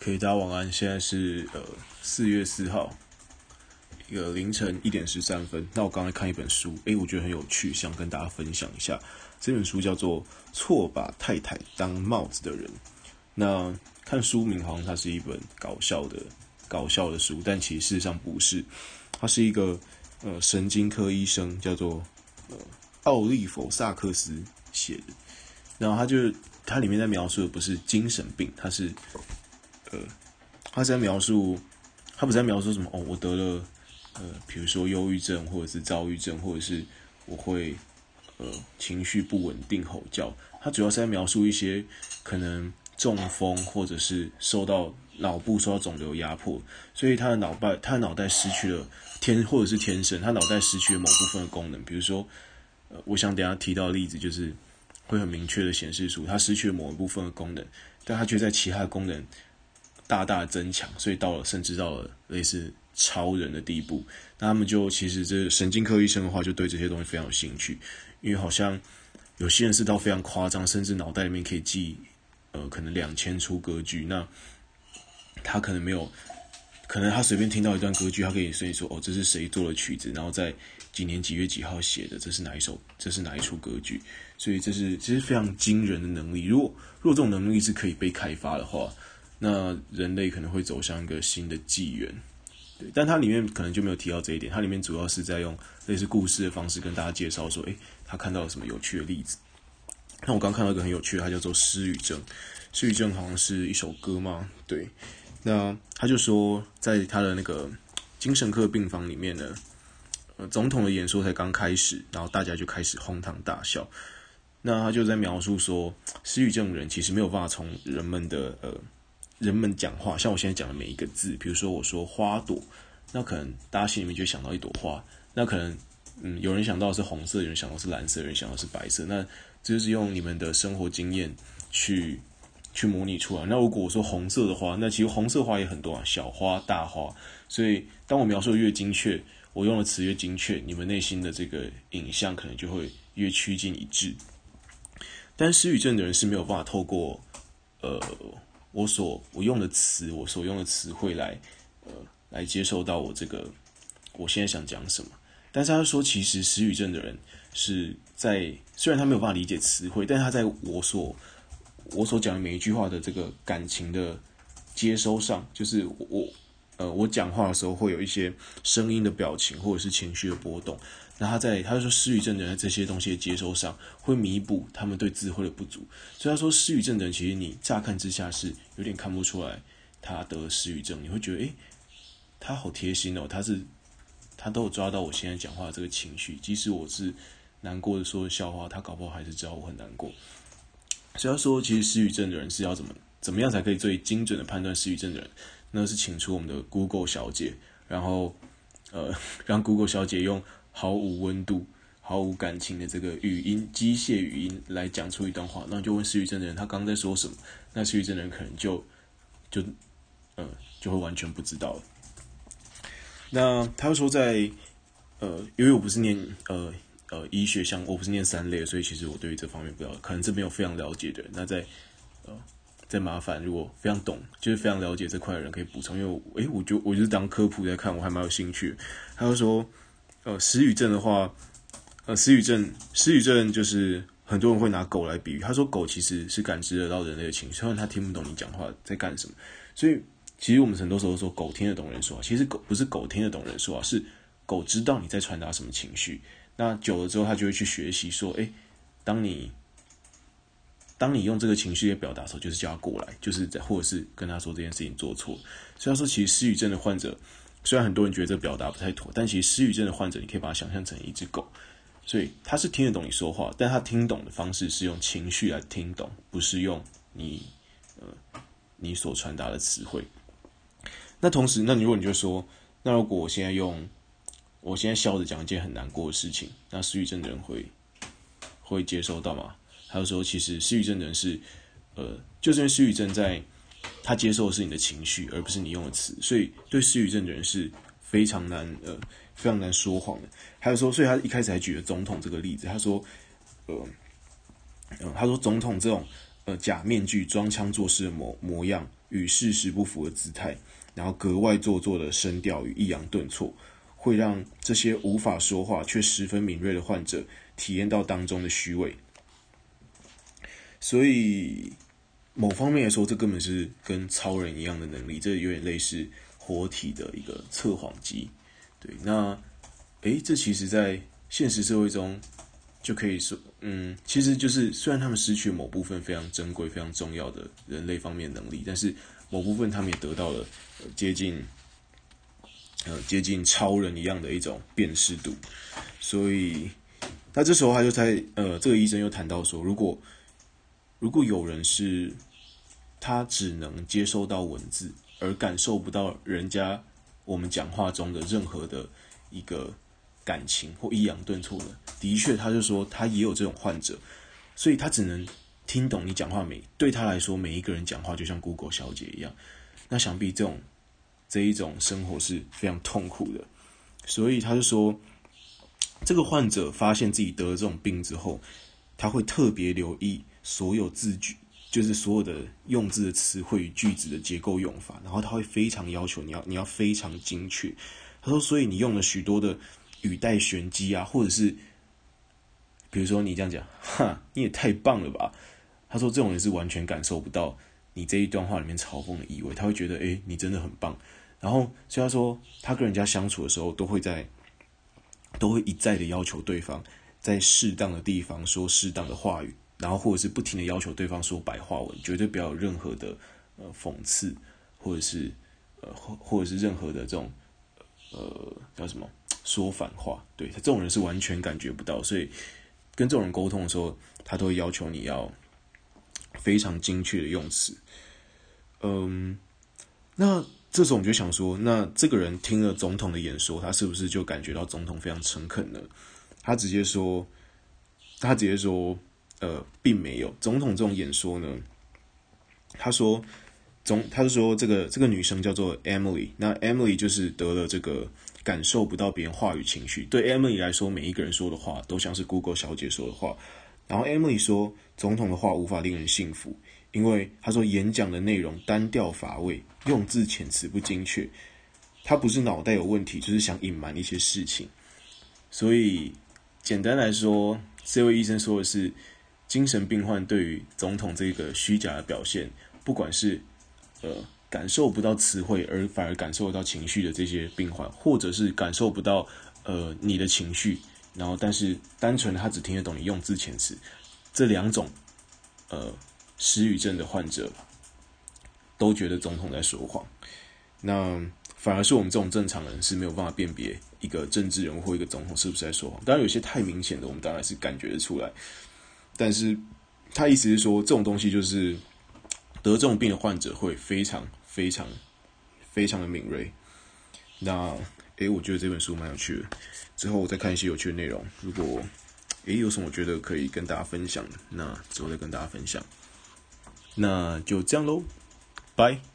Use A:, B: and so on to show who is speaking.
A: 可以，大家晚安。现在是4月4号，一个凌晨1点13分。那我刚才看一本书，我觉得很有趣，想跟大家分享一下。这本书叫做《错把太太当帽子的人》。那看书名好像它是一本搞笑的书，但其实事实上不是。它是一个神经科医生，叫做奥利弗·萨克斯写的。然后它里面在描述的不是精神病，他是在描述，他不是在描述什么我得了比如说忧郁症或者是躁郁症，或者是我会情绪不稳定吼叫。他主要是在描述一些可能中风或者是脑部受到肿瘤压迫，所以他的脑袋失去了或者是天生，他脑袋失去了某部分的功能。比如说我想等一下提到的例子就是会很明确的显示出他失去了某一部分的功能，但他却在其他的功能大大的增强，所以甚至到了类似超人的地步。那他们就其实这神经科医生的话，就对这些东西非常有兴趣，因为好像有些人是到非常夸张，甚至脑袋里面可以记可能2000出歌剧。那他可能没有，可能他随便听到一段歌剧，他可以随意说这是谁做的曲子，然后在几年几月几号写的，这是哪一出歌剧。所以这是非常惊人的能力。如果这种能力是可以被开发的话，那人类可能会走向一个新的纪元。对，但它里面可能就没有提到这一点。它里面主要是在用类似故事的方式跟大家介绍说，他看到了什么有趣的例子。那我刚看到一个很有趣的，它叫做失语症。失语症好像是一首歌嘛，对。那他就说，在他的那个精神科病房里面呢，总统的演说才刚开始，然后大家就开始哄堂大笑。那他就在描述说，失语症的人其实没有办法从人们讲话，像我现在讲的每一个字，比如说我说花朵，那可能大家心里面就想到一朵花，那可能有人想到的是红色，有人想到是蓝色，有人想到是白色，那这就是用你们的生活经验去模拟出来。那如果我说红色的花，那其实红色花也很多啊，小花、大花。所以当我描述的越精确，我用的词越精确，你们内心的这个影像可能就会越趋近一致。但失语症的人是没有办法透过我用的词，我所用的词汇来接受到我现在想讲什么。但是他说，其实失语症的人是虽然他没有办法理解词汇，但是他在我所讲的每一句话的这个感情的接收上，就是我讲话的时候会有一些声音的表情或者是情绪的波动。那他就说，失语症的人在这些东西的接收上会弥补他们对词汇的不足。所以他说，失语症的人其实你乍看之下是有点看不出来他得了失语症，你会觉得他好贴心哦，他都有抓到我现在讲话的这个情绪，即使我是难过的说笑话，他搞不好还是知道我很难过。所以他说，其实失语症的人是要怎么样才可以最精准的判断失语症的人？那是请出我们的 Google 小姐，然后让 Google 小姐用毫无温度、毫无感情的这个机械语音来讲出一段话。那你就问失语症的人，他刚刚在说什么？那失语症的人可能就会完全不知道了。那他说因为我不是念医学我不是念3类，所以其实我对于这方面可能这没有非常了解的人。那再麻烦，如果非常懂，就是非常了解这块的人可以补充，因为我就是当科普在看，我还蛮有兴趣的。他就说，失语症的话，失语症就是很多人会拿狗来比喻。他说狗其实是感知得到人类的情绪，虽然他听不懂你讲话在干什么。所以其实我们很多时候说狗听得懂人说话，其实狗不是狗听得懂人说话，是狗知道你在传达什么情绪。那久了之后，他就会去学习说，当你用这个情绪的表达的时候，就是叫他过来，或者是跟他说这件事情做错。所以他说，其实失语症的患者，虽然很多人觉得这表达不太妥，但其实失语症的患者，你可以把它想象成一只狗，所以他是听得懂你说话，但他听懂的方式是用情绪来听懂，不是用你所传达的词汇。那同时，如果你就说，那如果我现在笑着讲一件很难过的事情，那失语症的人会接收到吗？还有说，其实失语症的人是，就是因为失语症他接受的是你的情绪，而不是你用的词，所以对失语症的人是非常难说谎的。还有说，所以他一开始还举了总统这个例子，他说总统这种假面具装腔作势的模样， 与事实不符的姿态，然后格外做作的声调与抑扬顿挫，会让这些无法说话却十分敏锐的患者体验到当中的虚伪。所以某方面来说，这根本是跟超人一样的能力，这有点类似活体的一个测谎机。对，那这其实在现实社会中就可以说，其实就是虽然他们失去某部分非常珍贵、非常重要的人类方面能力，但是某部分他们也得到了接近超人一样的一种辨识度。所以，那这时候他就这个医生又谈到说，如果有人是他只能接收到文字，而感受不到我们讲话中的任何的一个感情或抑扬顿挫的，的确，他就说他也有这种患者，所以他只能听懂你讲话对他来说，每一个人讲话就像 Google 小姐一样，那想必这一种生活是非常痛苦的。所以他就说，这个患者发现自己得了这种病之后，他会特别留意所有字句，就是所有的用字的词汇与句子的结构用法，然后他会非常要求你要非常精确。他说，所以你用了许多的语带玄机啊，或者是比如说你这样讲，你也太棒了吧？他说这种人是完全感受不到你这一段话里面嘲讽的意味，他会觉得你真的很棒。然后所以他说他跟人家相处的时候都会一再的要求对方在适当的地方说适当的话语，然后或者是不停的要求对方说白话文，绝对不要有任何的讽刺，或者是任何的这种叫什么说反话。对，他这种人是完全感觉不到，所以跟这种人沟通的时候，他都会要求你要非常精确的用词。那这时候我们就想说，那这个人听了总统的演说，他是不是就感觉到总统非常诚恳呢？他直接说，并没有。总统这种演说呢，他就说这个女生叫做 Emily， 那 Emily 就是得了这个感受不到别人话语情绪。对 Emily 来说，每一个人说的话都像是 Google 小姐说的话。然后 Emily 说，总统的话无法令人信服，因为他说演讲的内容单调乏味，用字遣词不精确。他不是脑袋有问题，就是想隐瞒一些事情。所以简单来说，这位医生说的是，精神病患对于总统这个虚假的表现，不管是感受不到词汇，而反而感受到情绪的这些病患，或者是感受不到你的情绪，然后但是单纯的他只听得懂你用字遣词，这两种失语症的患者都觉得总统在说谎。那反而是我们这种正常人是没有办法辨别一个政治人物或一个总统是不是在说谎。当然有些太明显的，我们当然是感觉得出来。但是他意思是说，这种东西就是得这种病的患者会非常非常非常的敏锐。那我觉得这本书蛮有趣的，之后我再看一些有趣的内容。如果有什么我觉得可以跟大家分享的，那之后再跟大家分享。那就这样咯，拜。